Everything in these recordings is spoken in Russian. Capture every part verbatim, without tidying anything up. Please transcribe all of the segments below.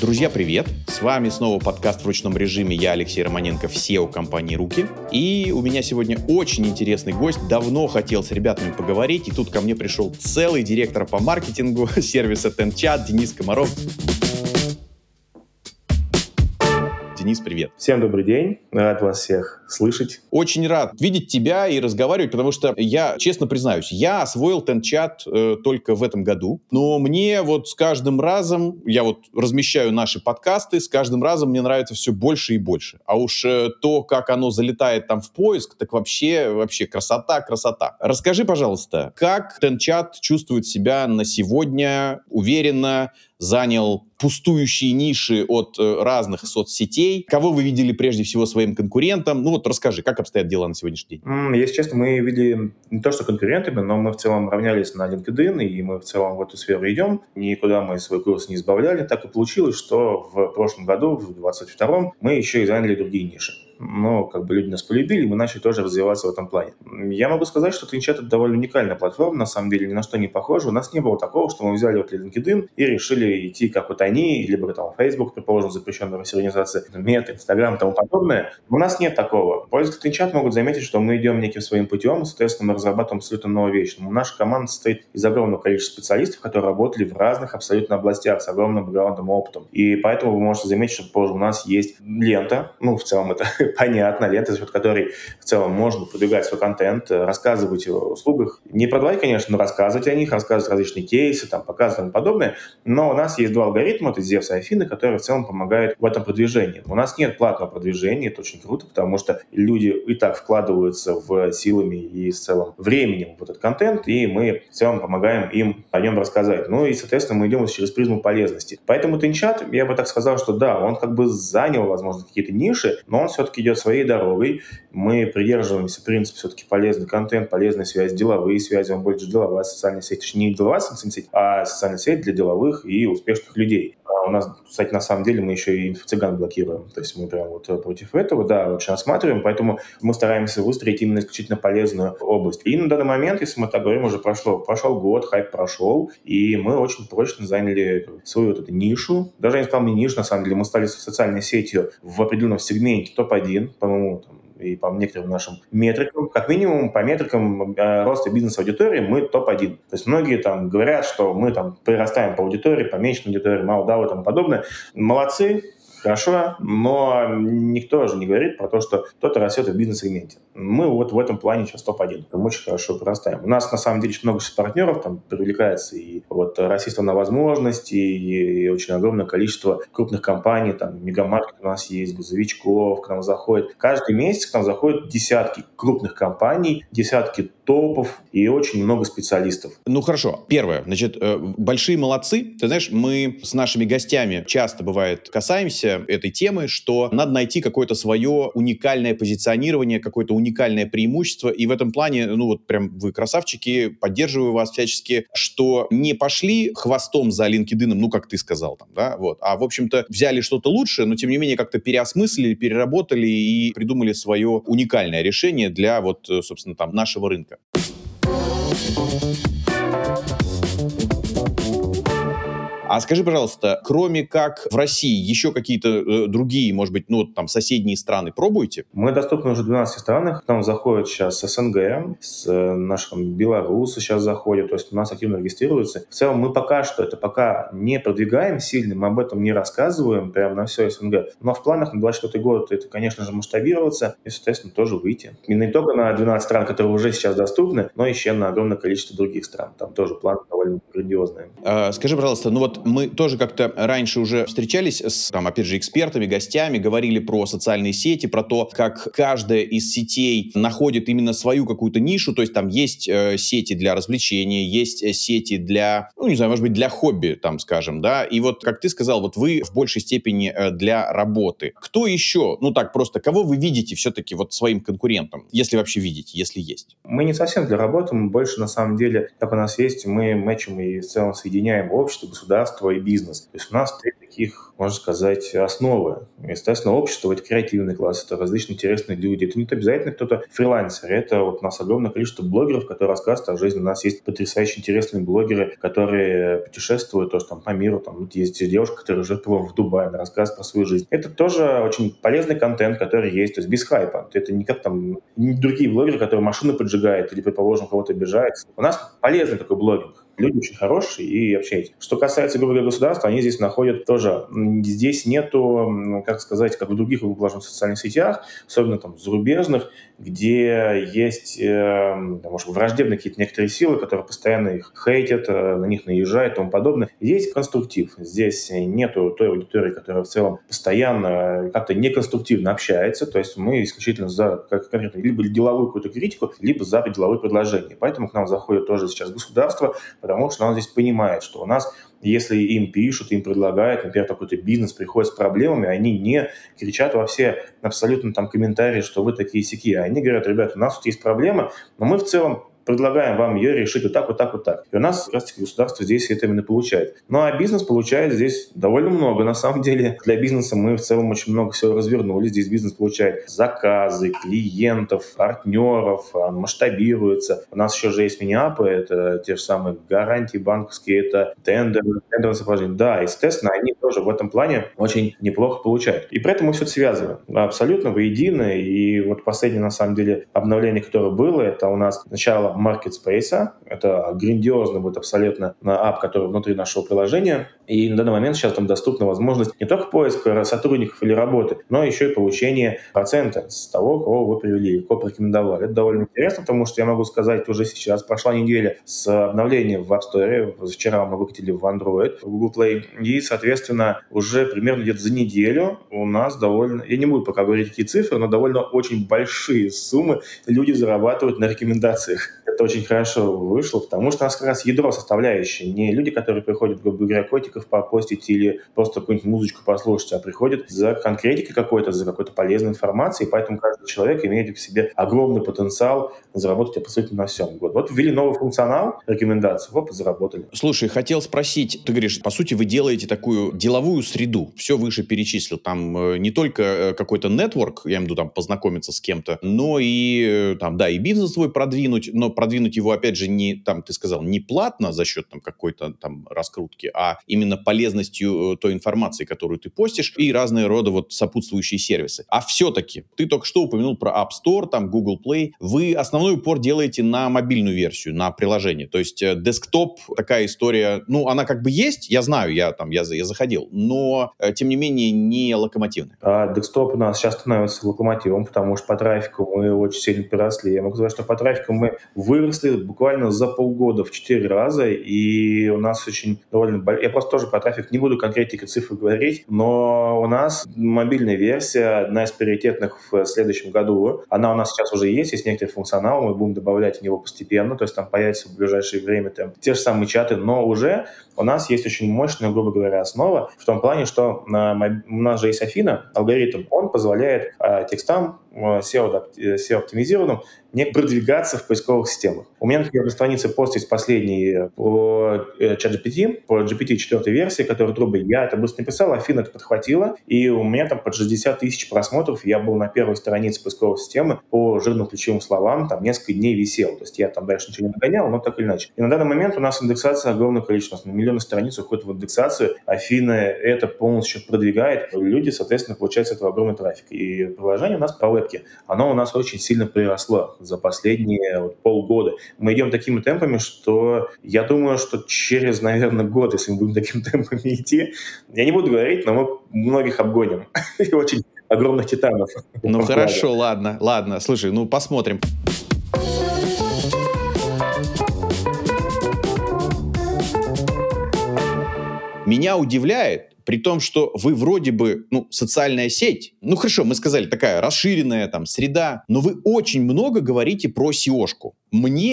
Друзья, привет! С вами снова подкаст в ручном режиме. Я Алексей Романенко, сео компании «Руки». И у меня сегодня очень интересный гость. Давно хотел с ребятами поговорить, и тут ко мне пришел целый директор по маркетингу сервиса TenChat Денис Комаров. Денис, привет. Всем добрый день. Рад вас всех слышать. Очень рад видеть тебя и разговаривать, потому что я, честно признаюсь, я освоил TenChat э, только в этом году, но мне вот с каждым разом, я вот размещаю наши подкасты, с каждым разом мне нравится все больше и больше. А уж э, то, как оно залетает там в поиск, так вообще, вообще красота, красота. Расскажи, пожалуйста, как TenChat чувствует себя на сегодня уверенно, занял пустующие ниши от э, разных соцсетей. Кого вы видели прежде всего своим конкурентом? Ну вот расскажи, как обстоят дела на сегодняшний день? М, Если честно, мы видели не то что конкурентами, но мы в целом равнялись на LinkedIn, и мы в целом в эту сферу идем. Никуда мы свой курс не избавляли. Так и получилось, что в прошлом году, в двадцать втором, мы еще и заняли другие ниши. Но как бы люди нас полюбили, и мы начали тоже развиваться в этом плане. Я могу сказать, что TenChat — это довольно уникальная платформа, на самом деле ни на что не похожа. У нас не было такого, что мы взяли вот LinkedIn и решили идти как вот они, либо там Facebook, предположим, запрещенная в России организация, Мета, Instagram и тому подобное. У нас нет такого. Пользователи TenChat могут заметить, что мы идем неким своим путем, и, соответственно, мы разрабатываем абсолютно новую вещь. Но наша команда состоит из огромного количества специалистов, которые работали в разных абсолютно областях с огромным бэкграундом и опытом. И поэтому вы можете заметить, что позже у нас есть лента, ну, в целом это понятно, лента, за счет которой в целом можно продвигать свой контент, рассказывать о услугах. Не продавать, конечно, но рассказывать о них, рассказывать различные кейсы, там, показывать и тому подобное. Но у нас есть два алгоритма, это Зевс и Афина, которые в целом помогают в этом продвижении. У нас нет платного продвижения, это очень круто, потому что люди и так вкладываются в силами и в целом временем в этот контент, и мы в целом помогаем им о нем рассказать. Ну и, соответственно, мы идем через призму полезности. Поэтому TenChat, я бы так сказал, что да, он как бы занял, возможно, какие-то ниши, но он все-таки идет своей дорогой. Мы придерживаемся принципа все-таки полезный контент, полезная связь, деловые связи, он больше деловая социальная сеть, точнее не деловая социальная сеть, а социальная сеть для деловых и успешных людей. А у нас, кстати, на самом деле мы еще и инфо-цыган блокируем, то есть мы прям вот против этого, да, очень осматриваем, поэтому мы стараемся выстроить именно исключительно полезную область. И на данный момент, если мы так говорим, уже прошло, прошел год, хайп прошел, и мы очень прочно заняли свою вот эту нишу, даже я не сказал, не нишу, на самом деле, мы стали социальной сетью в определенном сегменте топ один, по-моему, там, и по некоторым нашим метрикам, как минимум по метрикам э, роста бизнес-аудитории мы топ один. То есть многие там говорят, что мы там прирастаем по аудитории, по меньшей аудитории, мало да, и тому подобное. Молодцы, хорошо, но никто же не говорит про то, что кто-то растет в бизнес-сегменте. Мы вот в этом плане сейчас топ один. Мы очень хорошо прирастаем. У нас на самом деле очень много сейчас партнеров там привлекается, и вот Российство на возможности, и очень огромное количество крупных компаний, там Мегамаркет у нас есть, Грузовичков к нам заходит. Каждый месяц к нам заходят десятки крупных компаний, десятки топов и очень много специалистов. Ну хорошо, первое, значит, э, большие молодцы. Ты знаешь, мы с нашими гостями часто, бывает, касаемся этой темы, что надо найти какое-то свое уникальное позиционирование, какое-то уникальное преимущество, и в этом плане, ну вот прям вы красавчики, поддерживаю вас всячески, что не пошли хвостом за LinkedIn, ну как ты сказал там, да, вот, а в общем-то взяли что-то лучше, но тем не менее как-то переосмыслили, переработали и придумали свое уникальное решение для вот, собственно, там нашего рынка. А скажи, пожалуйста, кроме как в России, еще какие-то э, другие, может быть, ну, там, соседние страны пробуете? Мы доступны уже в двенадцати странах. К нам заходят сейчас с СНГ, с э, нашим белорусы сейчас заходят, то есть у нас активно регистрируются. В целом мы пока что это пока не продвигаем сильно, мы об этом не рассказываем прямо на все СНГ. Но в планах на двадцать четвёртый год это, конечно же, масштабироваться и, соответственно, тоже выйти. И не только на двенадцать стран, которые уже сейчас доступны, но еще на огромное количество других стран. Там тоже планы довольно грандиозные. А, скажи, пожалуйста, ну вот мы тоже как-то раньше уже встречались с, там, опять же, экспертами, гостями, говорили про социальные сети, про то, как каждая из сетей находит именно свою какую-то нишу, то есть там есть э, сети для развлечения, есть э, сети для, ну, не знаю, может быть, для хобби, там, скажем, да, и вот, как ты сказал, вот вы в большей степени э, для работы. Кто еще, ну, так просто, кого вы видите все-таки вот своим конкурентом, если вообще видите, если есть? Мы не совсем для работы, мы больше, на самом деле, как у нас есть, мы мэчим и в целом соединяем общество, государство, государство и бизнес. То есть у нас три таких, можно сказать, основы. Естественно, общество — это креативный класс, это различные интересные люди. Это не обязательно кто-то фрилансер. Это вот у нас огромное количество блогеров, которые рассказывают о жизни. У нас есть потрясающе интересные блогеры, которые путешествуют тоже там по миру. Там вот есть девушка, которая живет в Дубае, она рассказывает про свою жизнь. Это тоже очень полезный контент, который есть, то есть без хайпа. Это не как там не другие блогеры, которые машины поджигают или, предположим, кого-то обижают. У нас полезный такой блогинг. Люди очень хорошие и общаются. Что касается, грубо говоря, государства, они здесь находят тоже. Здесь нету, как сказать, как в других, предположим, социальных сетях, особенно там зарубежных, где есть, э, может, враждебные какие-то некоторые силы, которые постоянно их хейтят, э, на них наезжают и тому подобное. Здесь конструктив. Здесь нету той аудитории, которая в целом постоянно как-то неконструктивно общается. То есть мы исключительно за как, конкретно либо деловую какую-то критику, либо за деловые предложения. Поэтому к нам заходит тоже сейчас государство, потому что оно здесь понимает, что у нас, если им пишут, им предлагают, например, какой-то бизнес приходит с проблемами, они не кричат во все абсолютно там комментарии, что вы такие-сяки. Они говорят: ребята, у нас тут есть проблема, но мы в целом предлагаем вам ее решить вот так, вот так, вот так. И у нас как раз-таки государство здесь это именно получает. Ну а бизнес получает здесь довольно много. На самом деле для бизнеса мы в целом очень много всего развернули. Здесь бизнес получает заказы, клиентов, партнеров, он масштабируется. У нас еще же есть мини-апы, это те же самые гарантии банковские, это тендеры, тендерные сопровождения. Да, естественно, они тоже в этом плане очень неплохо получают. И при этом мы все это связываем абсолютно воедино. И вот последнее, на самом деле, обновление, которое было, это у нас сначала Marketspace. Это грандиозный будет абсолютно ап, который внутри нашего приложения. И на данный момент сейчас там доступна возможность не только поиска сотрудников или работы, но еще и получения процента с того, кого вы привели, кого порекомендовали. Это довольно интересно, потому что я могу сказать уже сейчас, прошла неделя с обновлением в App Store. Вчера мы выкатили в Android, в Google Play. И, соответственно, уже примерно где-то за неделю у нас довольно, я не буду пока говорить какие цифры, но довольно очень большие суммы люди зарабатывают на рекомендациях. Это очень хорошо вышло, потому что у нас как раз ядро составляющее. Не люди, которые приходят, грубо говоря, котиков попостить или просто какую-нибудь музычку послушать, а приходят за конкретикой какой-то, за какой-то полезной информацией. Поэтому каждый человек имеет в себе огромный потенциал заработать абсолютно на всем. Вот, вот ввели новый функционал рекомендаций, вот, заработали. Слушай, хотел спросить, ты говоришь, по сути, вы делаете такую деловую среду, все выше перечислил, там э, не только э, какой-то нетворк, я имею в виду там познакомиться с кем-то, но и э, там, да, и бизнес твой продвинуть, но продвинуть его, опять же, не, там, ты сказал, не платно за счет там какой-то там раскрутки, а именно полезностью э, той информации, которую ты постишь, и разные рода вот сопутствующие сервисы. А все-таки, ты только что упомянул про App Store, там, Google Play, вы основной упор делаете на мобильную версию, на приложение, то есть э, десктоп, такая история, ну, она как бы есть, я знаю, я там, я, я заходил, но, э, тем не менее, не локомотивная. А десктоп у нас сейчас становится локомотивом, потому что по трафику мы очень сильно приросли. Я могу сказать, что по трафику мы выросли буквально за полгода в четыре раза, и у нас очень довольно... Я просто тоже по трафику не буду конкретики цифр говорить, но у нас мобильная версия, одна из приоритетных в следующем году. Она у нас сейчас уже есть, есть некоторый функционал, мы будем добавлять в него постепенно, то есть там появится в ближайшее время там те же самые чаты, но уже у нас есть очень мощная, грубо говоря, основа в том плане, что на, у нас же есть Афина, алгоритм, он позволяет э, текстам э, сео, сео-оптимизированным не продвигаться в поисковых системах. У меня, например, на странице пост есть последний по ChatGPT, по джи пи ти четыре версии, который трубы я это быстро написал, Афина это подхватила, и у меня там под шестьдесят тысяч просмотров, я был на первой странице поисковой системы по жирным ключевым словам, там несколько дней висел, то есть я там дальше ничего не нагонял, но так или иначе. И на данный момент у нас индексация огромное количество, у нас на миллионы страниц уходит в индексацию, Афина это полностью продвигает, люди, соответственно, получают с этого огромный трафик. И приложение у нас по вебке, оно у нас очень сильно приросло за последние вот, полгода. Мы идем такими темпами, что я думаю, что через, наверное, год, если мы будем такими темпами идти, я не буду говорить, но мы многих обгоним. И очень огромных титанов. Ну хорошо, ладно, ладно. Слушай, ну посмотрим. Меня удивляет, при том, что вы вроде бы, ну, социальная сеть, ну, хорошо, мы сказали, такая расширенная там среда, но вы очень много говорите про сеошку. Мне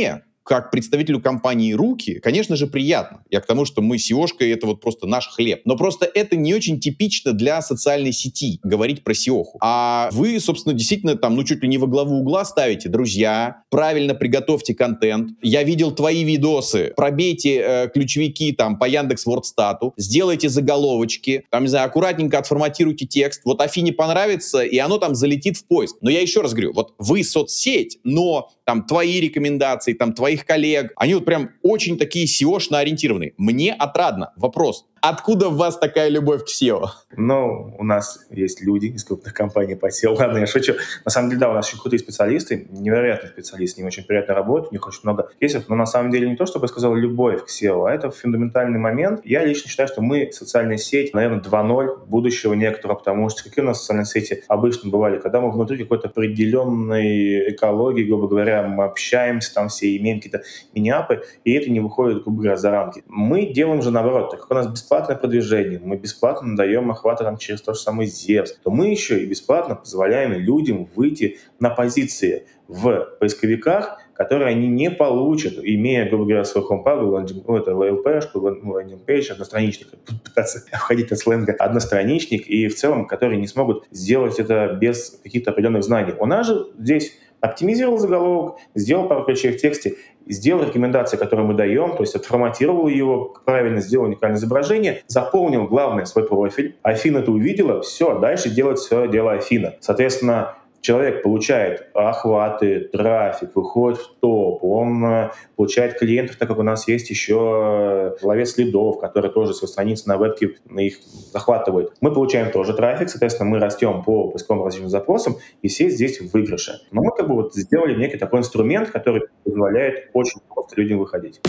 как представителю компании руки, конечно же, приятно. Я к тому, что мы сеошка, и это вот просто наш хлеб. Но просто это не очень типично для социальной сети, говорить про сеоху. А вы, собственно, действительно там, ну, чуть ли не во главу угла ставите: друзья, правильно приготовьте контент. Я видел твои видосы, пробейте э, ключевики там по Яндекс.Вордстату, сделайте заголовочки, там, не знаю, аккуратненько отформатируйте текст. Вот Афине понравится, и оно там залетит в поиск. Но я еще раз говорю, вот вы соцсеть, но там твои рекомендации, там твоих коллег, они вот прям очень такие сеошно ориентированные. Мне отрадно. Вопрос: откуда в вас такая любовь к сео? Ну, у нас есть люди из крупных компаний по сео. Ладно, я шучу. На самом деле, да, у нас очень крутые специалисты, невероятные специалисты, с ними очень приятно работать, у них очень много кейсов, но на самом деле не то, чтобы я сказал любовь к сео, а это фундаментальный момент. Я лично считаю, что мы социальная сеть, наверное, два ноль будущего некоторого, потому что какие у нас социальные сети обычно бывали, когда мы внутри какой-то определенной экологии, грубо говоря, мы общаемся, там все имеем какие-то мини-апы, и это не выходит, грубо говоря, за рамки. Мы делаем же наоборот, так как у нас бесплатное продвижение, мы бесплатно даем охваты там через тот же самый Зевс, то мы еще и бесплатно позволяем людям выйти на позиции в поисковиках, которые они не получат, имея, грубо говоря, свой хомпагу, ну, это эл пи-шку, лендинг-пейдж, одностраничник, пытаться входить от сленга, одностраничник, и в целом, которые не смогут сделать это без каких-то определенных знаний. У нас же здесь оптимизировал заголовок, сделал пару ключей в тексте, сделал рекомендации, которые мы даем, то есть отформатировал его, правильно сделал уникальное изображение, заполнил, главное, свой профиль. Афина это увидела, все, дальше делает все дело Афина. Соответственно, человек получает охваты, трафик, выходит в топ, он э, получает клиентов, так как у нас есть еще ловец лидов, который тоже свои страницы на вебке их захватывает. Мы получаем тоже трафик, соответственно, мы растем по поисковым различным запросам, и все здесь в выигрыше. Но мы как бы вот сделали некий такой инструмент, который позволяет очень просто людям выходить.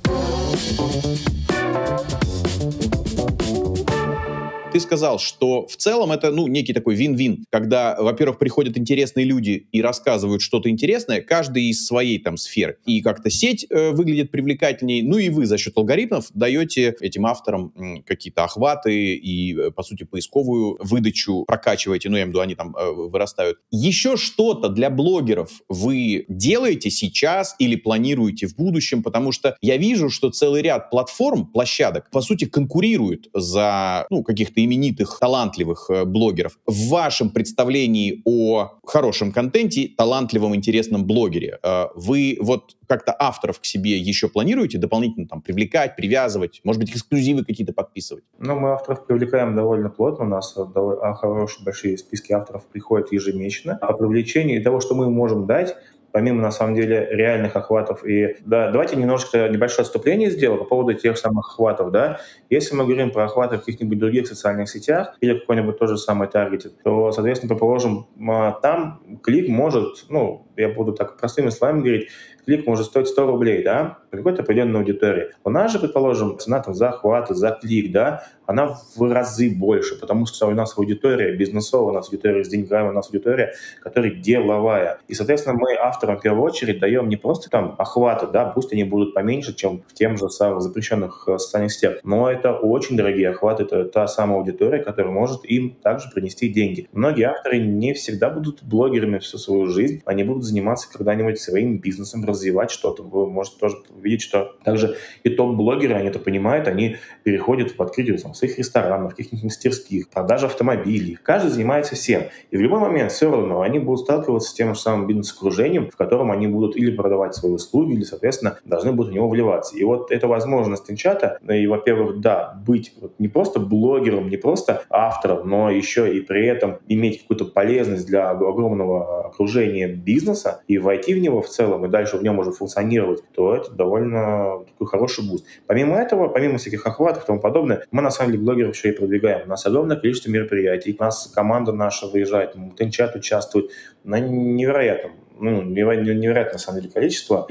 Ты сказал, что в целом это, ну, некий такой вин-вин, когда, во-первых, приходят интересные люди и рассказывают что-то интересное, каждый из своей там сферы. И как-то сеть э, выглядит привлекательней, ну и вы за счет алгоритмов даете этим авторам м, какие-то охваты и, э, по сути, поисковую выдачу прокачиваете, ну, я имею в виду, они там э, вырастают. Еще что-то для блогеров вы делаете сейчас или планируете в будущем? Потому что я вижу, что целый ряд платформ, площадок, по сути, конкурируют за, ну, каких-то именитых, талантливых э, блогеров. В вашем представлении о хорошем контенте, талантливом, интересном блогере, э, вы вот как-то авторов к себе еще планируете дополнительно там привлекать, привязывать, может быть, эксклюзивы какие-то подписывать? Ну, мы авторов привлекаем довольно плотно, у нас довольно хорошие большие списки авторов приходят ежемесячно. По привлечению и того, что мы можем дать, помимо, на самом деле, реальных охватов. И да, давайте немножко небольшое отступление сделаю по поводу тех самых охватов. Да. Если мы говорим про охваты в каких-нибудь других социальных сетях или какой-нибудь тот же самый таргетинг, то, соответственно, предположим, там клик может, ну, я буду так простыми словами говорить, клик может стоить сто рублей, да, при какой-то определенной аудитории. У нас же, предположим, цена там за охват, за клик, да, она в разы больше, потому что у нас аудитория бизнесовая, у нас аудитория с деньгами, у нас аудитория, которая деловая. И, соответственно, мы авторам в первую очередь даем не просто там охваты, да, пусть они будут поменьше, чем в тем же самых запрещенных социальных сетях, но это очень дорогие охваты, это та самая аудитория, которая может им также принести деньги. Многие авторы не всегда будут блогерами всю свою жизнь, они будут заниматься когда-нибудь своим бизнесом, развивать что-то. Вы можете тоже увидеть, что также и топ-блогеры, они это понимают, они переходят в открытие там, своих ресторанов, каких-нибудь мастерских, продажи автомобилей. Каждый занимается всем. И в любой момент все равно они будут сталкиваться с тем же самым бизнес-окружением, в котором они будут или продавать свои услуги, или, соответственно, должны будут в него вливаться. И вот эта возможность Тенчата, и, во-первых, да, быть вот не просто блогером, не просто автором, но еще и при этом иметь какую-то полезность для огромного окружения бизнеса и войти в него в целом, и дальше в нем уже функционировать, то это довольно такой хороший буст. Помимо этого, помимо всяких охватов и тому подобное, мы на самом деле блогеров еще и продвигаем. У нас огромное количество мероприятий, у нас команда наша выезжает, Тенчат участвует на невероятном ну, невероятное, на самом деле, количество.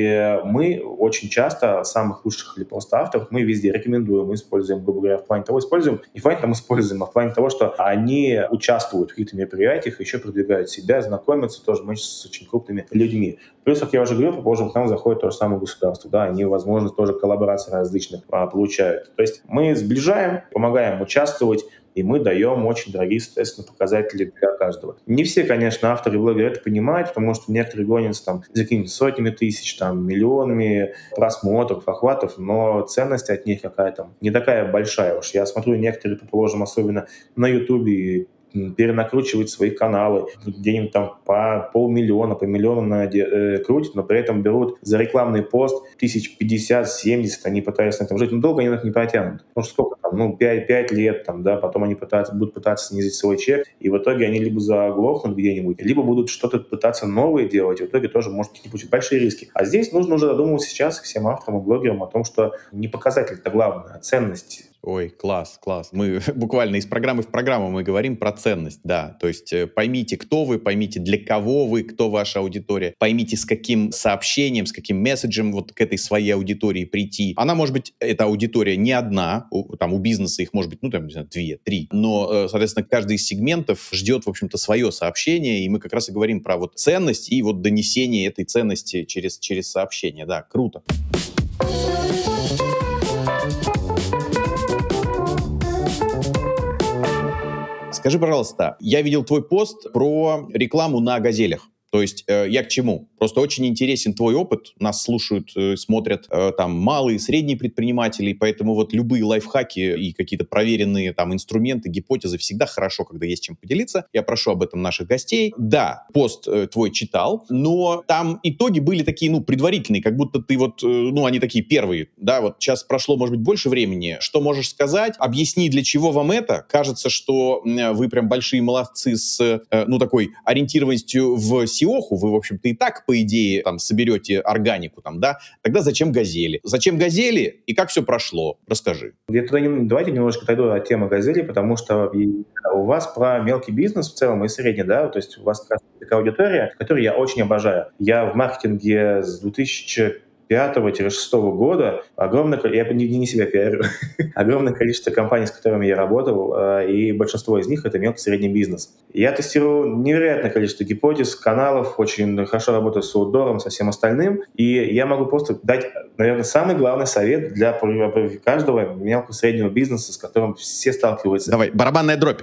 И мы очень часто самых лучших или просто авторов мы везде рекомендуем, используем, грубо говоря, в плане того, используем, не в плане того, используем, а в плане того, что они участвуют в каких-то мероприятиях, еще продвигают себя, знакомятся тоже мы с очень крупными людьми. Плюс, как я уже говорил, положим, к нам заходит то же самое государство, да, они, возможно, тоже коллаборации различных а, получают. То есть мы сближаем, помогаем участвовать, и мы даем очень дорогие, соответственно, показатели для каждого. Не все, конечно, авторы и блогеры это понимают, потому что некоторые гонятся там за какими-то сотнями тысяч, там, миллионами просмотров, охватов, но ценность от них какая-то не такая большая уж. Я смотрю, некоторые, предположим, особенно на Ютубе, перенакручивают свои каналы, где-нибудь там по полмиллиона, по миллиону на, э, крутят, но при этом берут за рекламный пост тысяч пятьдесят-семьдесят, они пытаются на этом жить, но долго они на это не протянут. Ну сколько там, ну пять, пять лет там, да, потом они пытаются, будут пытаться снизить свой чек, и в итоге они либо заглохнут где-нибудь, либо будут что-то пытаться новое делать, и в итоге тоже может не получить большие риски. А здесь нужно уже задумываться сейчас всем авторам и блогерам о том, что не показатель-то главное, а ценность. Ой, класс, класс. Мы буквально из программы в программу мы говорим про ценность, да. То есть э, поймите, кто вы, поймите, для кого вы, кто ваша аудитория, поймите, с каким сообщением, с каким месседжем вот к этой своей аудитории прийти. Она может быть, эта аудитория не одна, у, там у бизнеса их может быть, ну там, не знаю, две, три, но, э, соответственно, каждый из сегментов ждет, в общем-то, свое сообщение, и мы как раз и говорим про вот ценность и вот донесение этой ценности через, через сообщение. Да, круто. Скажи, пожалуйста, я видел твой пост про рекламу на «Газелях». То есть э, я к чему? Просто очень интересен твой опыт. Нас слушают, э, смотрят э, там малые и средние предприниматели, поэтому вот любые лайфхаки и какие-то проверенные там инструменты, гипотезы всегда хорошо, когда есть чем поделиться. Я прошу об этом наших гостей. Да, пост э, твой читал, но там итоги были такие, ну, предварительные, как будто ты вот, э, ну, они такие первые, да, вот сейчас прошло, может быть, больше времени. Что можешь сказать? Объясни, для чего вам это? Кажется, что э, вы прям большие молодцы с, э, ну, такой ориентированностью в сеоху, вы, в общем-то, и так, по идее, там, соберете органику, там, да, тогда зачем «Газели»? Зачем «Газели» и как все прошло? Расскажи. Я туда не, давайте немножко отойду от темы «Газели», потому что у вас про мелкий бизнес в целом и средний, да, то есть у вас как раз такая аудитория, которую я очень обожаю. Я в маркетинге с две тысячи пятого-шестого года огромное, я не, не себя пиарю, огромное количество компаний, с которыми я работал, и большинство из них — это мелкий и средний бизнес. Я тестирую невероятное количество гипотез, каналов, очень хорошо работаю с аутдором, со всем остальным, и я могу просто дать, наверное, самый главный совет для каждого мелкого и среднего бизнеса, с которым все сталкиваются. Давай, барабанная дробь.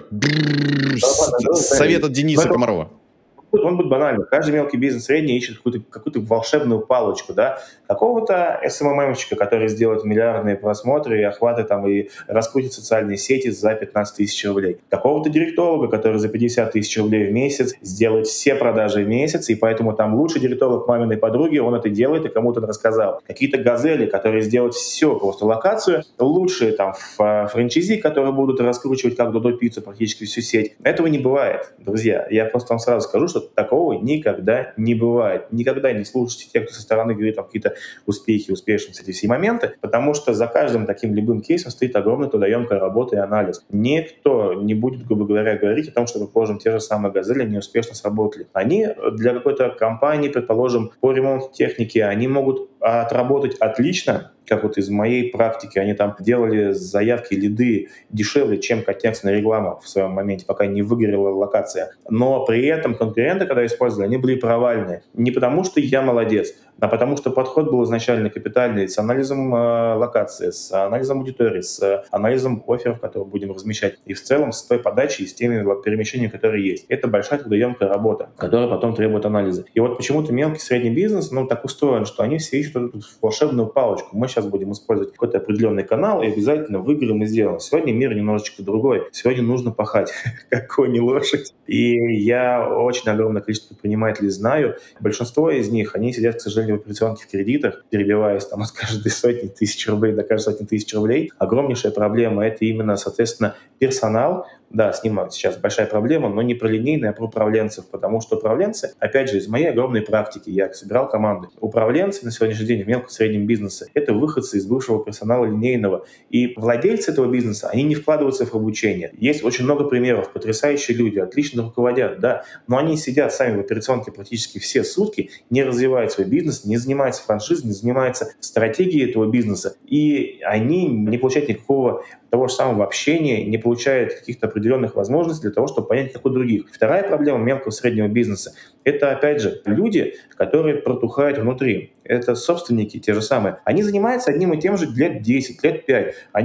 Совет от Дениса Комарова. Он будет банальный. Каждый мелкий бизнес средний ищет какую-то, какую-то волшебную палочку, да, какого-то эс эм эм эмщика, который сделает миллиардные просмотры и охваты там и раскрутит социальные сети за пятнадцать тысяч рублей. Какого-то директолога, который за пятьдесят тысяч рублей в месяц сделает все продажи в месяц, и поэтому там лучший директолог маминой подруги, он это делает и кому-то рассказал. Какие-то газели, которые сделают все, просто локацию, лучшие там франчайзи, которые будут раскручивать как Додо Пиццу практически всю сеть. Этого не бывает, друзья. Я просто вам сразу скажу, что такого никогда не бывает. Никогда не слушайте тех, кто со стороны говорит там какие-то успехи, успешности, эти все моменты, потому что за каждым таким любым кейсом стоит огромная трудоемкая работа и анализ. Никто не будет, грубо говоря, говорить о том, что, предположим, те же самые «Газели» неуспешно сработали. Они для какой-то компании, предположим, по ремонту техники, они могут отработать отлично, как вот из моей практики, они там делали заявки, лиды дешевле, чем контекстная реклама в своем моменте, пока не выгорела локация. Но при этом конкуренты, когда использовали, они были провальные. Не потому, что я молодец, а потому что подход был изначально капитальный, с анализом э, локации, с анализом аудитории, с анализом офферов, которые будем размещать, и в целом с той подачей, и с теми перемещениями, которые есть. Это большая трудоемкая работа, которая потом требует анализа. И вот почему-то мелкий средний бизнес, ну, так устроен, что они все ищут эту волшебную палочку. Мы сейчас будем использовать какой-то определенный канал и обязательно выиграем и сделаем. Сегодня мир немножечко другой. Сегодня нужно пахать, как конь и лошадь. И я очень огромное количество предпринимателей знаю. Большинство из них, они сидят, к сожалению, в операционных кредитах, перебиваясь там от каждой сотни тысяч рублей до каждой сотни тысяч рублей. Огромнейшая проблема — это именно, соответственно, персонал. Да, с ним сейчас большая проблема, но не про линейные, а про управленцев, потому что управленцы, опять же, из моей огромной практики, я собирал команды, управленцы на сегодняшний день в мелком и среднем бизнесе — это выходцы из бывшего персонала линейного. И владельцы этого бизнеса, они не вкладываются в обучение. Есть очень много примеров, потрясающие люди, отлично руководят, да, но они сидят сами в операционке практически все сутки, не развивают свой бизнес, не занимаются франшизой, не занимаются стратегией этого бизнеса, и они не получают никакого того же самого общения, не получают каких-то определенных возможностей для того, чтобы понять, как у других. Вторая проблема мелкого и среднего бизнеса — это, опять же, люди, которые протухают внутри. Это собственники те же самые. Они занимаются одним и тем же лет десять, лет пять. Они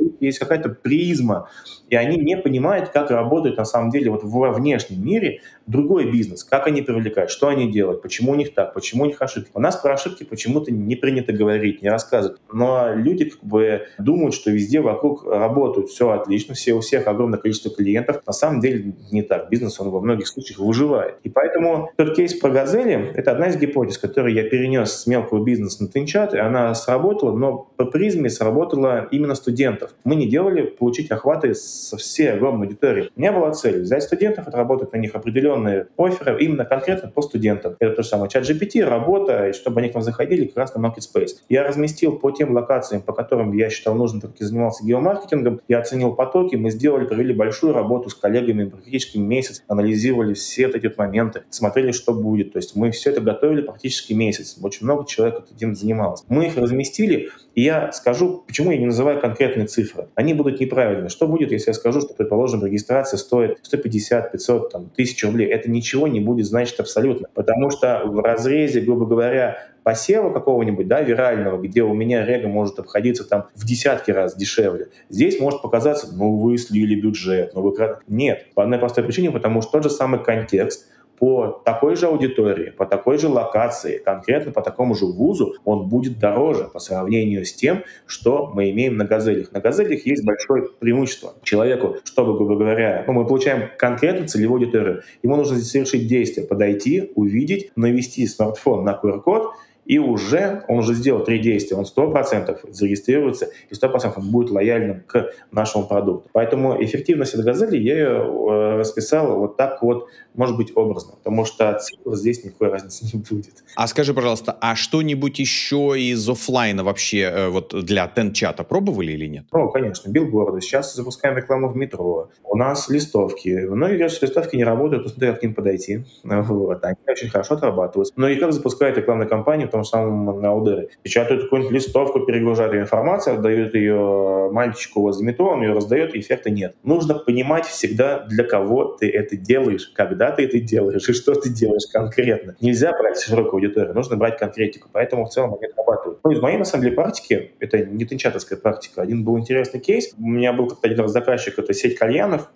них есть какая-то призма, и они не понимают, как работает на самом деле вот во внешнем мире другой бизнес, как они привлекают, что они делают, почему у них так, почему у них ошибки. У нас про ошибки почему-то не принято говорить, не рассказывать. Но люди как бы думают, что везде вокруг работают, все отлично, все, у всех огромное количество клиентов. На самом деле не так. Бизнес, он во многих случаях выживает. И поэтому тот кейс про «Газели» — это одна из гипотез, которую я перенес с мелкого бизнеса на Тенчат, и она сработала, но по призме сработала именно студентов. Мы не делали получить охваты со всей огромной аудитории. У меня была цель взять студентов, отработать на них определенные офферы именно конкретно по студентам. Это то же самое чат джи пи ти, работа, и чтобы они к нам заходили как раз на Marketspace. Я разместил по тем локациям, по которым я считал нужным, так как я занимался геомаркетингом, я оценил потоки, мы сделали, провели большую работу с коллегами, практически месяц, анализировали все эти моменты, смотрели, что будет. То есть мы все это готовили практически месяц. Очень много человек этим занималось. Мы их разместили, и я скажу, почему я не называю конкретные цифры. Они будут неправильные. Что будет, если я скажу, что, предположим, регистрация стоит сто пятьдесят, пятьсот, там, тысячу рублей? Это ничего не будет значить абсолютно. Потому что в разрезе, грубо говоря, посева какого-нибудь, да, вирального, где у меня рега может обходиться там в десятки раз дешевле, здесь может показаться, ну, вы слили бюджет, ну, вы... Нет, по одной простой причине, потому что тот же самый контекст по такой же аудитории, по такой же локации, конкретно по такому же вузу, он будет дороже по сравнению с тем, что мы имеем на «Газелях». На «Газелях» есть большое преимущество. Человеку, чтобы, грубо говоря, ну, мы получаем конкретно целевую аудиторию, ему нужно совершить действие, подойти, увидеть, навести смартфон на ку ар код, и уже он уже сделал три действия, он сто процентов зарегистрируется, и сто процентов он будет лояльным к нашему продукту. Поэтому эффективность от «Газели» я ее расписал вот так вот, может быть, образно, потому что цифр здесь никакой разницы не будет. А скажи, пожалуйста, а что-нибудь еще из офлайна вообще вот для Тенчата пробовали или нет? Ну, конечно, билборды. Сейчас запускаем рекламу в метро. У нас листовки. Многие говорят, что листовки не работают, посмотри, как к ним подойти. Вот. Они очень хорошо отрабатываются. Но и как запускают рекламные кампании в том же самом Наудере? Печатают какую-нибудь листовку, перегружают ее информацию, отдают ее мальчику возле метро, он ее раздает, и эффекта нет. Нужно понимать всегда, для кого ты это делаешь, когда ты это делаешь и что ты делаешь конкретно. Нельзя брать широкую аудиторию, нужно брать конкретику. Поэтому в целом они отрабатывают. Ну, из моей, на самом деле, практики, это не тенчатовская практика, один был интересный кейс. У меня был как-то один раз заказчик, это сеть кальянов,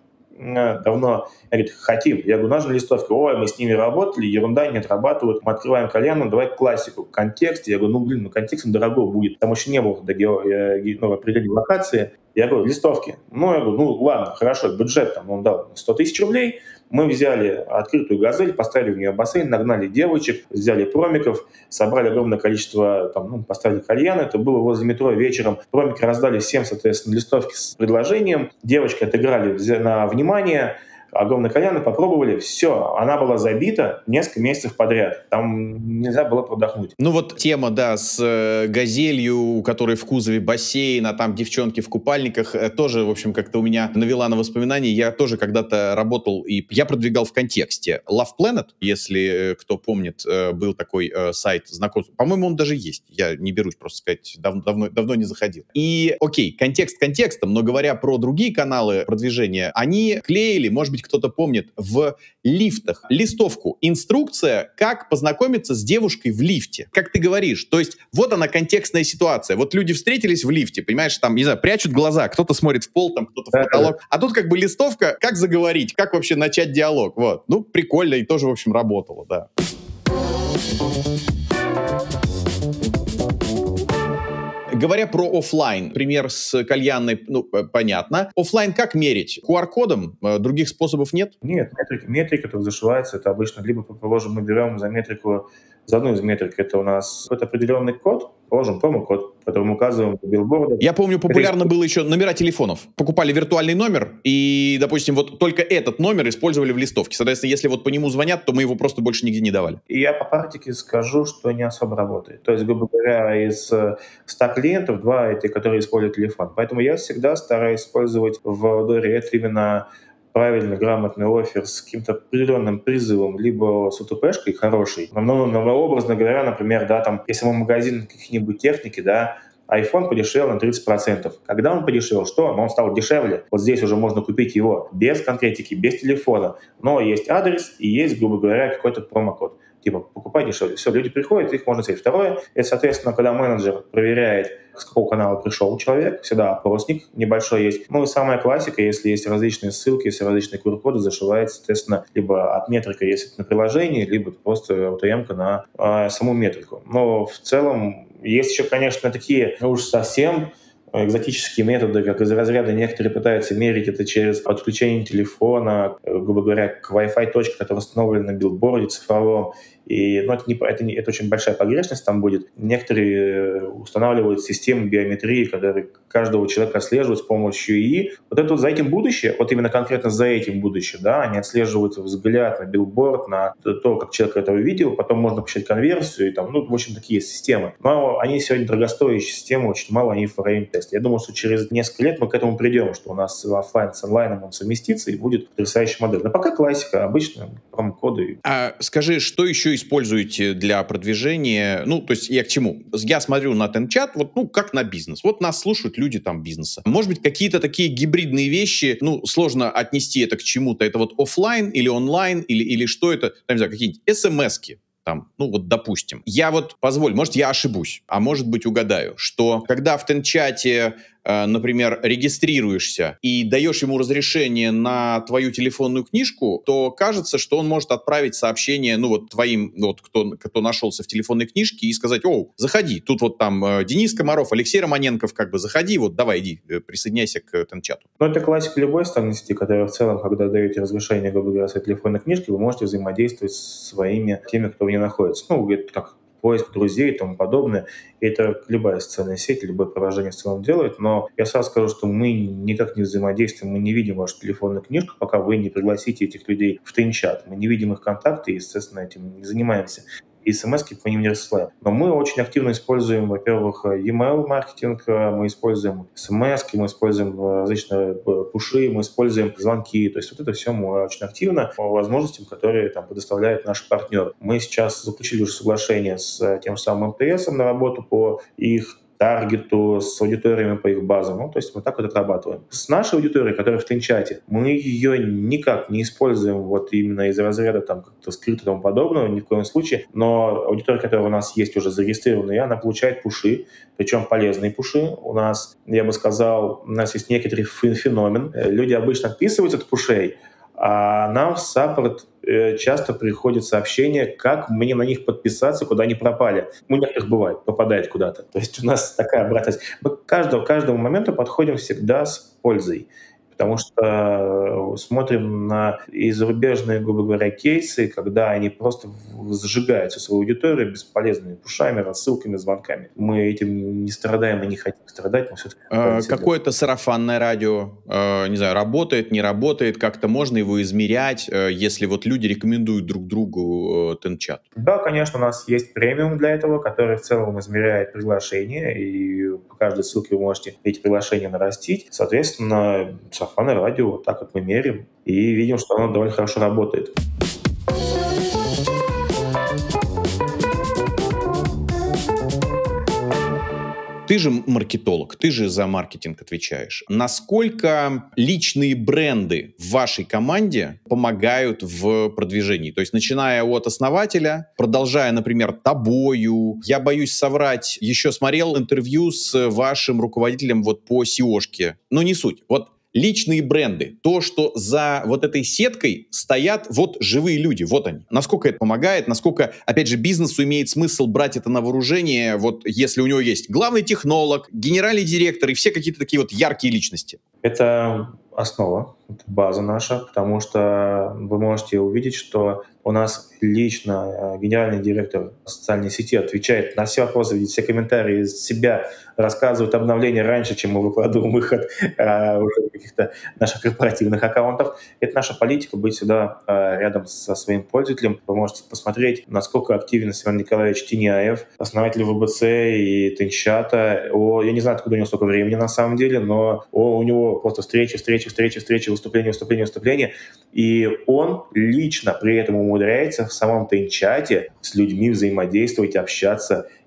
давно, говорит, хотим. Я говорю, нужны листовки. Ой, мы с ними работали, ерунда, не отрабатывают. Мы открываем кальян, давай классику, контекст. Я говорю, ну, блин, ну, контекст дорого будет. Там еще не было до гео, ну, определения локации. Я говорю, листовки. Ну, я говорю, ну, ладно, хорошо, бюджет там, он дал сто тысяч рублей. Мы взяли открытую «Газель», поставили в нее бассейн, нагнали девочек, взяли промиков, собрали огромное количество, там, ну, поставили кальян. Это было возле метро вечером. Промики раздали всем, соответственно, листовки с предложением. Девочки отыграли на внимание. Огромные кальяны попробовали, все, она была забита несколько месяцев подряд. Там нельзя было продохнуть. Ну вот тема, да, с э, «Газелью», у которой в кузове бассейн, а там девчонки в купальниках, э, тоже, в общем, как-то у меня навела на воспоминания. Я тоже когда-то работал, и я продвигал в контексте Love Planet, если э, кто помнит, э, был такой э, сайт знакомств. По-моему, он даже есть. Я не берусь просто сказать, дав- давно, давно не заходил. И, окей, контекст контекстом, но говоря про другие каналы продвижения, они клеили, может быть, кто-то помнит, в лифтах листовку, инструкция, как познакомиться с девушкой в лифте. Как ты говоришь, то есть вот она контекстная ситуация. Вот люди встретились в лифте, понимаешь, там, не знаю, прячут глаза, кто-то смотрит в пол, там, кто-то в потолок. А тут как бы листовка, как заговорить, как вообще начать диалог. Вот. Ну, прикольно и тоже, в общем, работало, да. Говоря про офлайн, пример с кальянной, ну, понятно. Офлайн как мерить? ку ар кодом? Других способов нет? Нет, метрика, метрика тут зашивается. Это обычно либо, предположим, мы берем за метрику, за одну из метрик, это у нас какой-то определенный код, положим промокод, который мы указываем в билбордах. Я помню, популярно было еще номера телефонов. Покупали виртуальный номер, и, допустим, вот только этот номер использовали в листовке. Соответственно, если вот по нему звонят, то мы его просто больше нигде не давали. И я по практике скажу, что не особо работает. То есть, грубо говоря, из ста клиентов, два — это которые используют телефон. Поэтому я всегда стараюсь использовать в Доре это именно правильный, грамотный оффер с каким-то определенным призывом, либо с УТПшкой хорошей. Ну, образно говоря, например, да, там, если мы магазин каких-нибудь техники, да, iPhone подешевел на тридцать процентов. Когда он подешевел? Что? Он стал дешевле. Вот здесь уже можно купить его без конкретики, без телефона. Но есть адрес и есть, грубо говоря, какой-то промокод. Типа, покупай дешевле. Все, люди приходят, их можно снять. Второе, это, соответственно, когда менеджер проверяет с какого канала пришел человек, всегда опросник небольшой есть. Ну и самая классика, если есть различные ссылки, если различные ку ар-коды, зашивается, соответственно, либо от метрика, если это на приложение, либо просто ау-тэ-эмка на а, саму метрику. Но в целом есть еще, конечно, такие, ну уж совсем экзотические методы, как из разряда некоторые пытаются мерить это через подключение телефона, грубо говоря, к Wi-Fi точке, которая установлена на билборде цифровом. И, ну, это, не, это, не, это очень большая погрешность там будет. Некоторые устанавливают системы биометрии, которые каждого человека отслеживают с помощью ИИ. Вот это вот за этим будущее, вот именно конкретно за этим будущее, да, они отслеживают взгляд на билборд, на то, как человек это увидел, потом можно посчитать конверсию, и там, ну, в общем, такие системы. Но они сегодня дорогостоящие системы, очень мало они в районе теста. Я думаю, что через несколько лет мы к этому придем, что у нас офлайн с онлайном он совместится и будет потрясающая модель. Но пока классика, обычно промокоды. А скажи, что еще используете для продвижения? Ну, то есть я к чему? Я смотрю на TenChat, вот, ну, как на бизнес. Вот нас слушают люди там бизнеса. Может быть, какие-то такие гибридные вещи, ну, сложно отнести это к чему-то. Это вот офлайн или онлайн, или, или что это? Там, не знаю, какие-нибудь эс эм эски. Там, ну вот, допустим. Я вот, позволь, может, я ошибусь, а может быть, угадаю, что когда в TenChat'е, э, например, регистрируешься и даешь ему разрешение на твою телефонную книжку, то кажется, что он может отправить сообщение, ну вот, твоим, вот, кто, кто нашелся в телефонной книжке, и сказать: «О, заходи, тут вот там э, Денис Комаров, Алексей Романенков, как бы, заходи, вот, давай, иди, э, присоединяйся к TenChat'у». Ну, это классика любой социальной сети, которая в целом, когда даете разрешение, грубо говоря, своей телефонной книжки, вы можете взаимодействовать с своими теми, кто в ней находится. Ну, это как поиск друзей и тому подобное. И это любая социальная сеть, любое приложение в целом делает. Но я сразу скажу, что мы никак не взаимодействуем, мы не видим вашу телефонную книжку, пока вы не пригласите этих людей в TenChat. Мы не видим их контакты и, естественно, этим не занимаемся. И смс-ки по ним не рассылаем. Но мы очень активно используем, во-первых, e-mail-маркетинг, мы используем смс-ки, мы используем различные пуши, мы используем звонки. То есть вот это все мы очень активно по возможностям, которые там предоставляют наши партнеры. Мы сейчас заключили уже соглашение с тем же самым эм тэ эс на работу по их таргету, с аудиториями по их базам. Ну, то есть мы так вот отрабатываем. С нашей аудиторией, которая в TenChat'е, мы ее никак не используем вот именно из разряда там как-то скрыто и тому подобного, ни в коем случае. Но аудитория, которая у нас есть уже зарегистрированная, она получает пуши, причем полезные пуши. У нас, я бы сказал, у нас есть некоторый феномен. Люди обычно отписываются от пушей, а нам в саппорт э, часто приходят сообщения, как мне на них подписаться, куда они пропали. У некоторых бывает, попадает куда-то. То есть у нас такая обратная связь. Мы к каждому, к каждому моменту подходим всегда с пользой. Потому что смотрим на и зарубежные, грубо говоря, кейсы, когда они просто сжигают всю свою аудиторию бесполезными пушами, рассылками, звонками. Мы этим не страдаем и не хотим страдать. Мы все-таки а, какое-то сарафанное радио, э, не знаю, работает, не работает, как-то можно его измерять, э, если вот люди рекомендуют друг другу э, TenChat? Да, конечно, у нас есть премиум для этого, который в целом измеряет приглашения, и по каждой ссылке вы можете эти приглашения нарастить. Соответственно, сарафанное радио, вот так вот мы мерим и видим, что оно довольно хорошо работает. Ты же маркетолог, ты же за маркетинг отвечаешь. Насколько личные бренды в вашей команде помогают в продвижении? То есть, начиная от основателя, продолжая, например, тобою. Я боюсь соврать, еще смотрел интервью с вашим руководителем вот по сеошке. Но не суть. Вот личные бренды, то, что за вот этой сеткой стоят вот живые люди, вот они. Насколько это помогает, насколько, опять же, бизнесу имеет смысл брать это на вооружение, вот если у него есть главный технолог, генеральный директор и все какие-то такие вот яркие личности. Это основа, это база наша, потому что вы можете увидеть, что у нас лично генеральный директор социальной сети отвечает на все вопросы, видит все комментарии из себя, рассказывает обновления раньше, чем мы выкладываем их от а, уже каких-то наших корпоративных аккаунтов. Это наша политика, быть всегда а, рядом со своим пользователем. Вы можете посмотреть, насколько активен Семен Николаевич Тиняев, основатель вэ бэ цэ и TenChat'а. О, я не знаю, откуда у него столько времени на самом деле, но о, у него просто встречи, встречи, встречи, встречи, выступления, выступления, выступления. И он лично при этом умудряется в самом TenChat'е с людьми взаимодействовать, общаться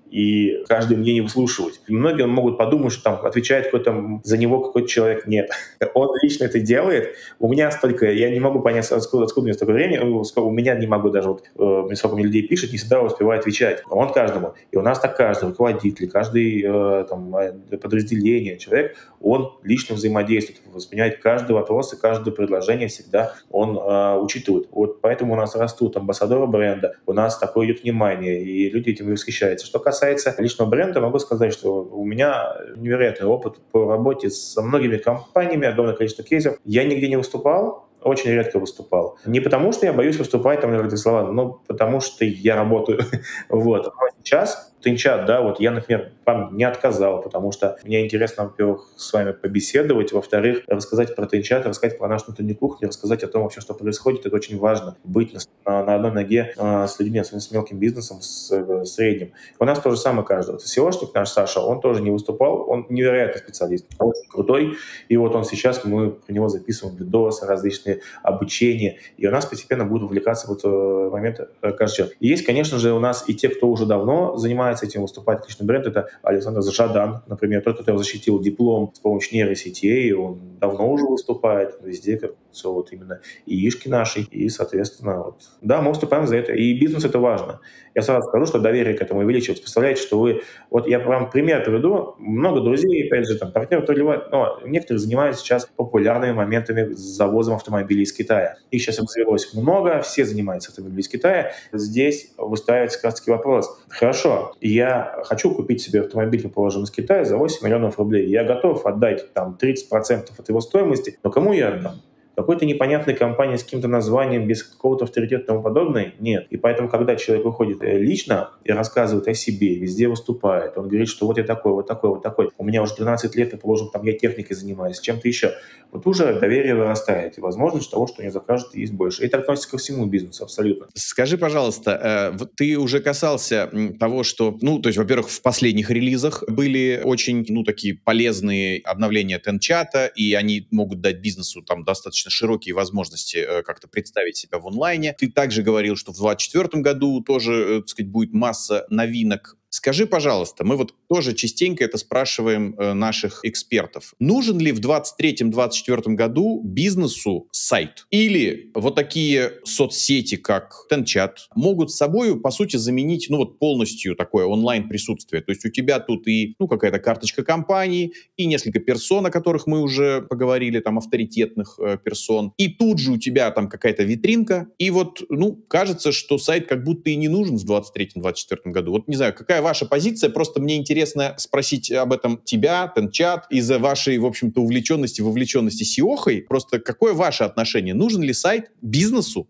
и каждое мнение выслушивать. И многие могут подумать, что там отвечает какой-то за него какой-то человек. Нет. Он лично это делает. У меня столько, я не могу понять, откуда, откуда у меня столько времени, у меня не могу даже, вот, э, сколько мне людей пишет, не всегда успеваю отвечать. Он каждому. И у нас так каждый руководитель, каждый э, там, подразделение, человек, он лично взаимодействует, воспринимает каждый вопрос и каждое предложение всегда он э, учитывает. Вот поэтому у нас растут амбассадоры бренда, у нас такое идет внимание, и люди этим восхищаются. Что касается личного бренда, могу сказать, что у меня невероятный опыт по работе со многими компаниями, огромное количество кейсов. Я нигде не выступал, очень редко выступал. Не потому, что я боюсь выступать, там, эти слова, но потому, что я работаю. Вот. А сейчас Тенчат, да, вот я, например, вам не отказал, потому что мне интересно, во-первых, с вами побеседовать, во-вторых, рассказать про Тенчат, рассказать про нашу внутреннюю кухню, рассказать о том вообще, что происходит. Это очень важно. Быть на, на одной ноге э, с людьми, особенно с мелким бизнесом, с э, средним. У нас то же самое каждого. сеошник наш Саша, он тоже не выступал, он невероятный специалист, очень крутой. И вот он сейчас, мы про него записываем видосы, различные обучения, и у нас постепенно будут увлекаться в этот момент каждый человек. И есть, конечно же, у нас и те, кто уже давно занимается этим, выступает как личный бренд. Это Александр Жадан, например, тот, который защитил диплом с помощью нейросетей, он давно уже выступает везде, как все вот именно яишки наши, и, соответственно, вот. Да, мы выступаем за это, и бизнес — это важно. Я сразу скажу, что доверие к этому увеличивается. Представляете, что вы... Вот я вам пример приведу. Много друзей, опять же, там, партнеров, но некоторые занимаются сейчас популярными моментами с завозом автомобилей из Китая. Их сейчас развелось много, все занимаются автомобилями из Китая. Здесь выстраивается как раз-таки вопрос. Хорошо, я хочу купить себе автомобиль, предположим, из Китая за восемь миллионов рублей. Я готов отдать там тридцать процентов от его стоимости, но кому я отдам? Какой-то непонятной компании с каким-то названием, без какого-то авторитета и тому подобное? Нет. И поэтому, когда человек выходит лично и рассказывает о себе, везде выступает, он говорит, что вот я такой, вот такой, вот такой, у меня уже тринадцать лет, и, положим, там я техникой занимаюсь, чем-то еще. Вот уже доверие вырастает, и возможность того, что они закажут, есть больше. И это относится ко всему бизнесу абсолютно. Скажи, пожалуйста, э, ты уже касался того, что, ну, то есть, во-первых, в последних релизах были очень, ну, такие полезные обновления Тенчата, и они могут дать бизнесу там достаточно широкие возможности э, как-то представить себя в онлайне. Ты также говорил, что в двадцать четвёртом году тоже, э, так сказать, будет масса новинок. Скажи, пожалуйста, мы вот тоже частенько это спрашиваем э, наших экспертов. Нужен ли в двадцать третьем — двадцать четвёртом году бизнесу сайт? Или вот такие соцсети, как Тенчат, могут с собой, по сути, заменить, ну вот полностью такое онлайн-присутствие? То есть у тебя тут и, ну, какая-то карточка компании, и несколько персон, о которых мы уже поговорили, там, авторитетных э, персон, и тут же у тебя там какая-то витринка, и вот, ну, кажется, что сайт как будто и не нужен в двадцать третьем — двадцать четвёртом году. Вот не знаю, какая ваша позиция? Просто мне интересно спросить об этом тебя, Тенчат, из-за вашей, в общем-то, увлеченности, вовлеченности сеохой. Просто какое ваше отношение? Нужен ли сайт бизнесу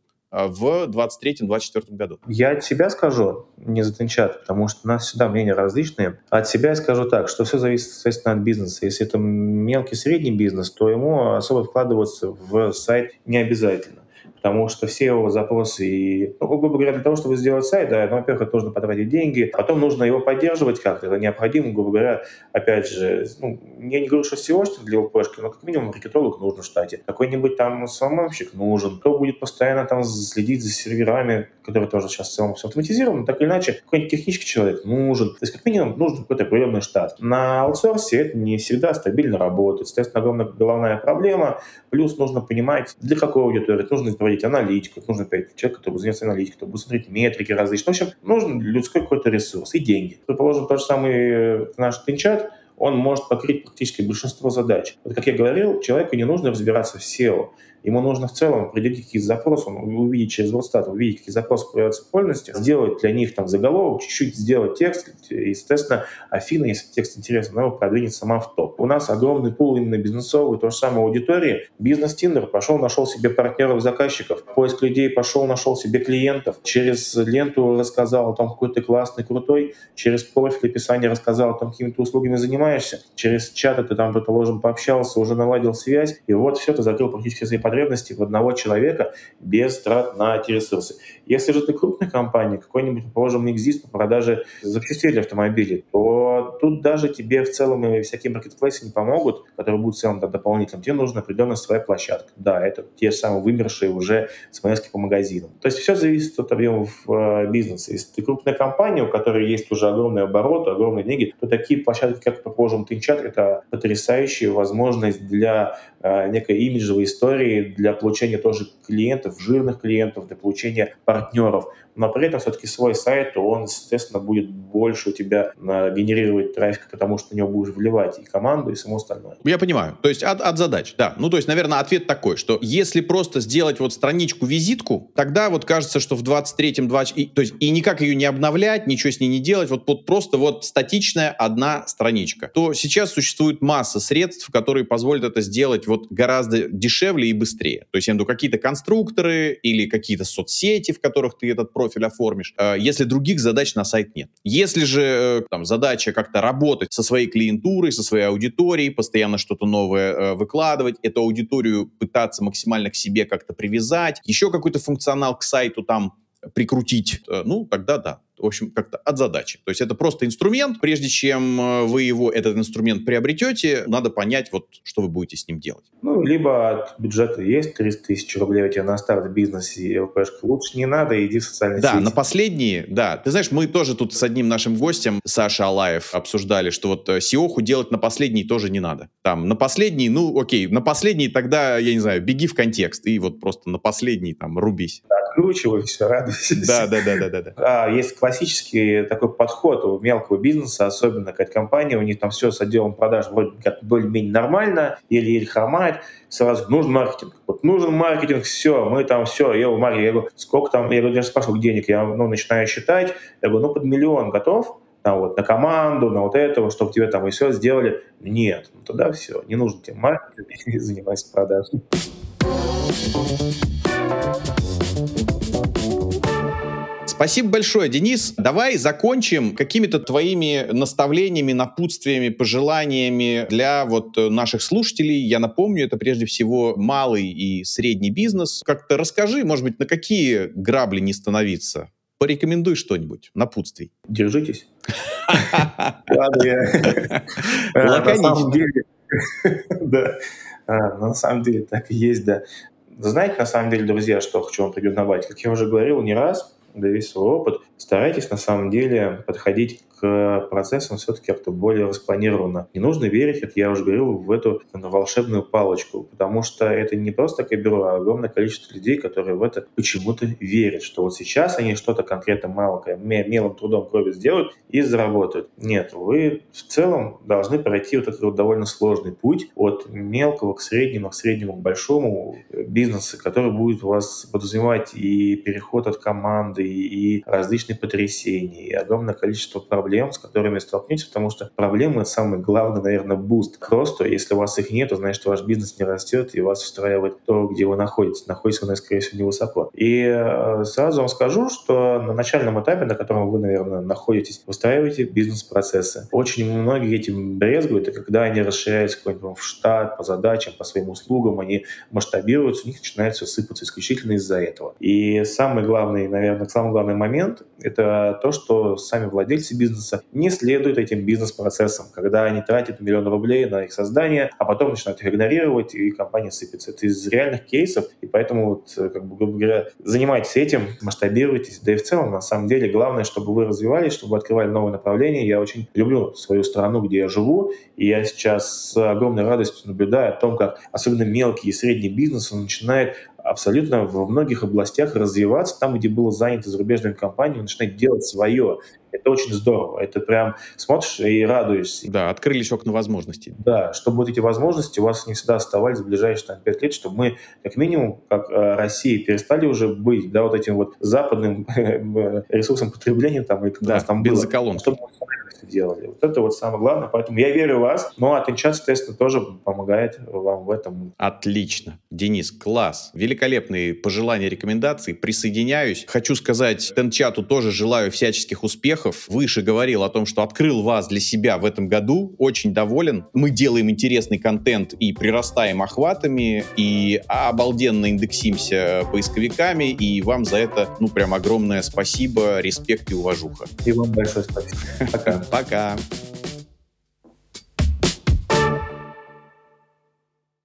в двадцать третьем — двадцать четвёртом году? Я от себя скажу, не за Тенчат, потому что у нас всегда мнения различные. От себя я скажу так, что все зависит, соответственно, от бизнеса. Если это мелкий, средний бизнес, то ему особо вкладываться в сайт не обязательно. Потому что все его запросы, и, ну, грубо говоря, для того, чтобы сделать сайт, да, ну, во-первых, это нужно потратить деньги, потом нужно его поддерживать как-то, это необходимо, грубо говоря, опять же, ну, я не говорю, что сеошник для ОПшки, но как минимум маркетолог нужен в штате, какой-нибудь там самомщик нужен, кто будет постоянно там следить за серверами, которые тоже сейчас в целом все автоматизировано, так или иначе, какой-нибудь технический человек нужен, то есть как минимум нужен какой-то определенный штат. На аутсорсе это не всегда стабильно работает, соответственно, огромная головная проблема, плюс нужно понимать, для какой аудитории, нужно проводить аналитику, нужно опять человек, который будет заниматься аналитикой, который будет смотреть метрики различные. В общем, нужен людской какой-то ресурс и деньги. Предположим, тот же самый наш Тенчат, он может покрыть практически большинство задач. Вот, как я говорил, человеку не нужно разбираться в сео. Ему нужно в целом определить, какие запросы, он увидеть через WordStat, увидеть, какие запросы появляются в польности, сделать для них там заголовок, чуть-чуть сделать текст, и, естественно, Афина, если текст интересен, она его продвинет сама в топ. У нас огромный пул именно бизнесовый, то же самое аудитории. Бизнес-тиндер пошел, нашел себе партнеров, заказчиков, поиск людей пошел, нашел себе клиентов, через ленту рассказал о том, какой ты классный, крутой, через профиль описания рассказал о том, какими ты услугами занимаешься, через чаты ты там, предположим, пообщался, уже наладил связь, и вот все, ты закрыл практически свои потребности потребности в одного человека без трат на эти ресурсы. Если же ты крупная компания, какой-нибудь, положим, Exist по продаже запчастей для автомобилей, то тут даже тебе в целом и всякие маркетплейсы не помогут, которые будут в целом да, дополнительным. Тебе нужна определенная своя площадка. Да, это те же самые вымершие уже смс по магазинам. То есть все зависит от объемов э, бизнеса. Если ты крупная компания, у которой есть уже огромный оборот, огромные деньги, то такие площадки, как, предположим, TinChat, это потрясающая возможность для э, некой имиджевой истории, для получения тоже клиентов, жирных клиентов, для получения партнеров. Но при этом все-таки свой сайт, он, естественно, будет больше у тебя э, генерировать трафик, потому что в него будешь вливать и команду, и само остальное. Я понимаю. То есть от, от задач, да. Ну, то есть, наверное, ответ такой, что если просто сделать вот страничку-визитку, тогда вот кажется, что в двадцать третьем, двадцать и, то есть и никак ее не обновлять, ничего с ней не делать, вот, вот просто вот статичная одна страничка, то сейчас существует масса средств, которые позволят это сделать вот гораздо дешевле и быстрее. То есть, я имею в виду какие-то конструкторы или какие-то соцсети, в которых ты этот профиль оформишь, э, если других задач на сайт нет. Если же э, там задача как-то работать со своей клиентурой, со своей аудиторией, постоянно что-то новое э, выкладывать, эту аудиторию пытаться максимально к себе как-то привязать, еще какой-то функционал к сайту там прикрутить, э, ну, тогда да. В общем, как-то от задачи. То есть это просто инструмент. Прежде чем вы его, этот инструмент приобретете, надо понять, вот, что вы будете с ним делать. Ну, либо от бюджета есть триста тысяч рублей у тебя на старт в бизнесе и ЛПшку. Лучше не надо, иди в социальные да, сети. Да, на последние, да. Ты знаешь, мы тоже тут с одним нашим гостем, Сашей Алаев, обсуждали, что вот сеоху делать на последний тоже не надо. Там, на последний, ну, окей, на последний тогда, я не знаю, беги в контекст и вот просто на последний там рубись. Откручивай, все, радуйся. Да, да, да, да, да. да. А, есть классический такой подход у мелкого бизнеса, особенно какая-то компания, у них там все с отделом продаж вроде как более-менее нормально, еле-еле хромает, сразу нужен маркетинг. Вот нужен маркетинг, все, мы там все, я в маркетинге, я говорю, сколько там, я говорю, я спрашиваю, денег, я ну, начинаю считать, я говорю, ну под миллион готов? Там, вот, на команду, на вот этого, чтобы тебе там и все сделали. Нет, ну тогда все, не нужен тебе маркетинг, занимайся продажей. Спасибо большое, Денис. Давай закончим какими-то твоими наставлениями, напутствиями, пожеланиями для вот наших слушателей. Я напомню, это прежде всего малый и средний бизнес. Как-то расскажи, может быть, на какие грабли не порекомендуй что-нибудь, напутствий. Держитесь. Ладно, я... Лаконично. Да, на самом деле так и есть, да. Знаете, на самом деле, друзья, что хочу вам порекомендовать? Как я уже говорил не раз, да весь свой опыт, старайтесь на самом деле подходить к процессам все-таки как-то более распланированно. Не нужно верить, как я уже говорил, в эту волшебную палочку, потому что это не просто такое бюро, а огромное количество людей, которые в это почему-то верят, что вот сейчас они что-то конкретно маленькое, мелым трудом крови сделают и заработают. Нет, вы в целом должны пройти вот этот вот довольно сложный путь от мелкого к среднему, к среднему к большому бизнеса, который будет у вас подразумевать и переход от команды, и различные потрясения, и огромное количество проблем, с которыми столкнетесь, потому что проблемы — это самый главный, наверное, буст к росту. Если у вас их нет, то значит, ваш бизнес не растет, и вас устраивает то, где вы находитесь. Находитесь вы, скорее всего, невысоко. И э, сразу вам скажу, что на начальном этапе, на котором вы, наверное, находитесь, выстраивайте бизнес-процессы. Очень многие этим брезгуют, и когда они расширяются в штат, по задачам, по своим услугам, они масштабируются, у них начинает все сыпаться исключительно из-за этого. И самый главный, наверное, самый главный момент — это то, что сами владельцы бизнеса не следуют этим бизнес-процессам, когда они тратят миллион рублей на их создание, а потом начинают их игнорировать, и компания сыпется. Это из реальных кейсов, и поэтому, вот, как бы, грубо говоря, занимайтесь этим, масштабируйтесь. Да и в целом, на самом деле, главное, чтобы вы развивались, чтобы вы открывали новые направления. Я очень люблю свою страну, где я живу, и я сейчас с огромной радостью наблюдаю о том, как особенно мелкий и средний бизнес, он начинает абсолютно во многих областях развиваться, там, где было занято зарубежными компаниями, начинает делать свое. Это очень здорово. Это прям смотришь и радуешься. Да, открылись окна возможностей. Да, чтобы вот эти возможности у вас не всегда оставались в ближайшие там, пять лет, чтобы мы, как минимум, как э, Россия, перестали уже быть, да, вот этим вот западным ресурсом потребления, там, и как да, у нас там бензоколонки. было. Чтобы мы становились это делали. Вот это вот самое главное. Поэтому я верю в вас. Ну, а TenChat, соответственно, тоже помогает вам в этом. Отлично. Денис, класс. Великолепные пожелания, рекомендации. Присоединяюсь. Хочу сказать, TenChat'у тоже желаю всяческих успехов. Выше говорил о том, что открыл вас для себя в этом году. Очень доволен. Мы делаем интересный контент и прирастаем охватами, и обалденно индексимся поисковиками, и вам за это, ну, прям огромное спасибо, респект и уважуха. И вам большое спасибо. Пока. Пока.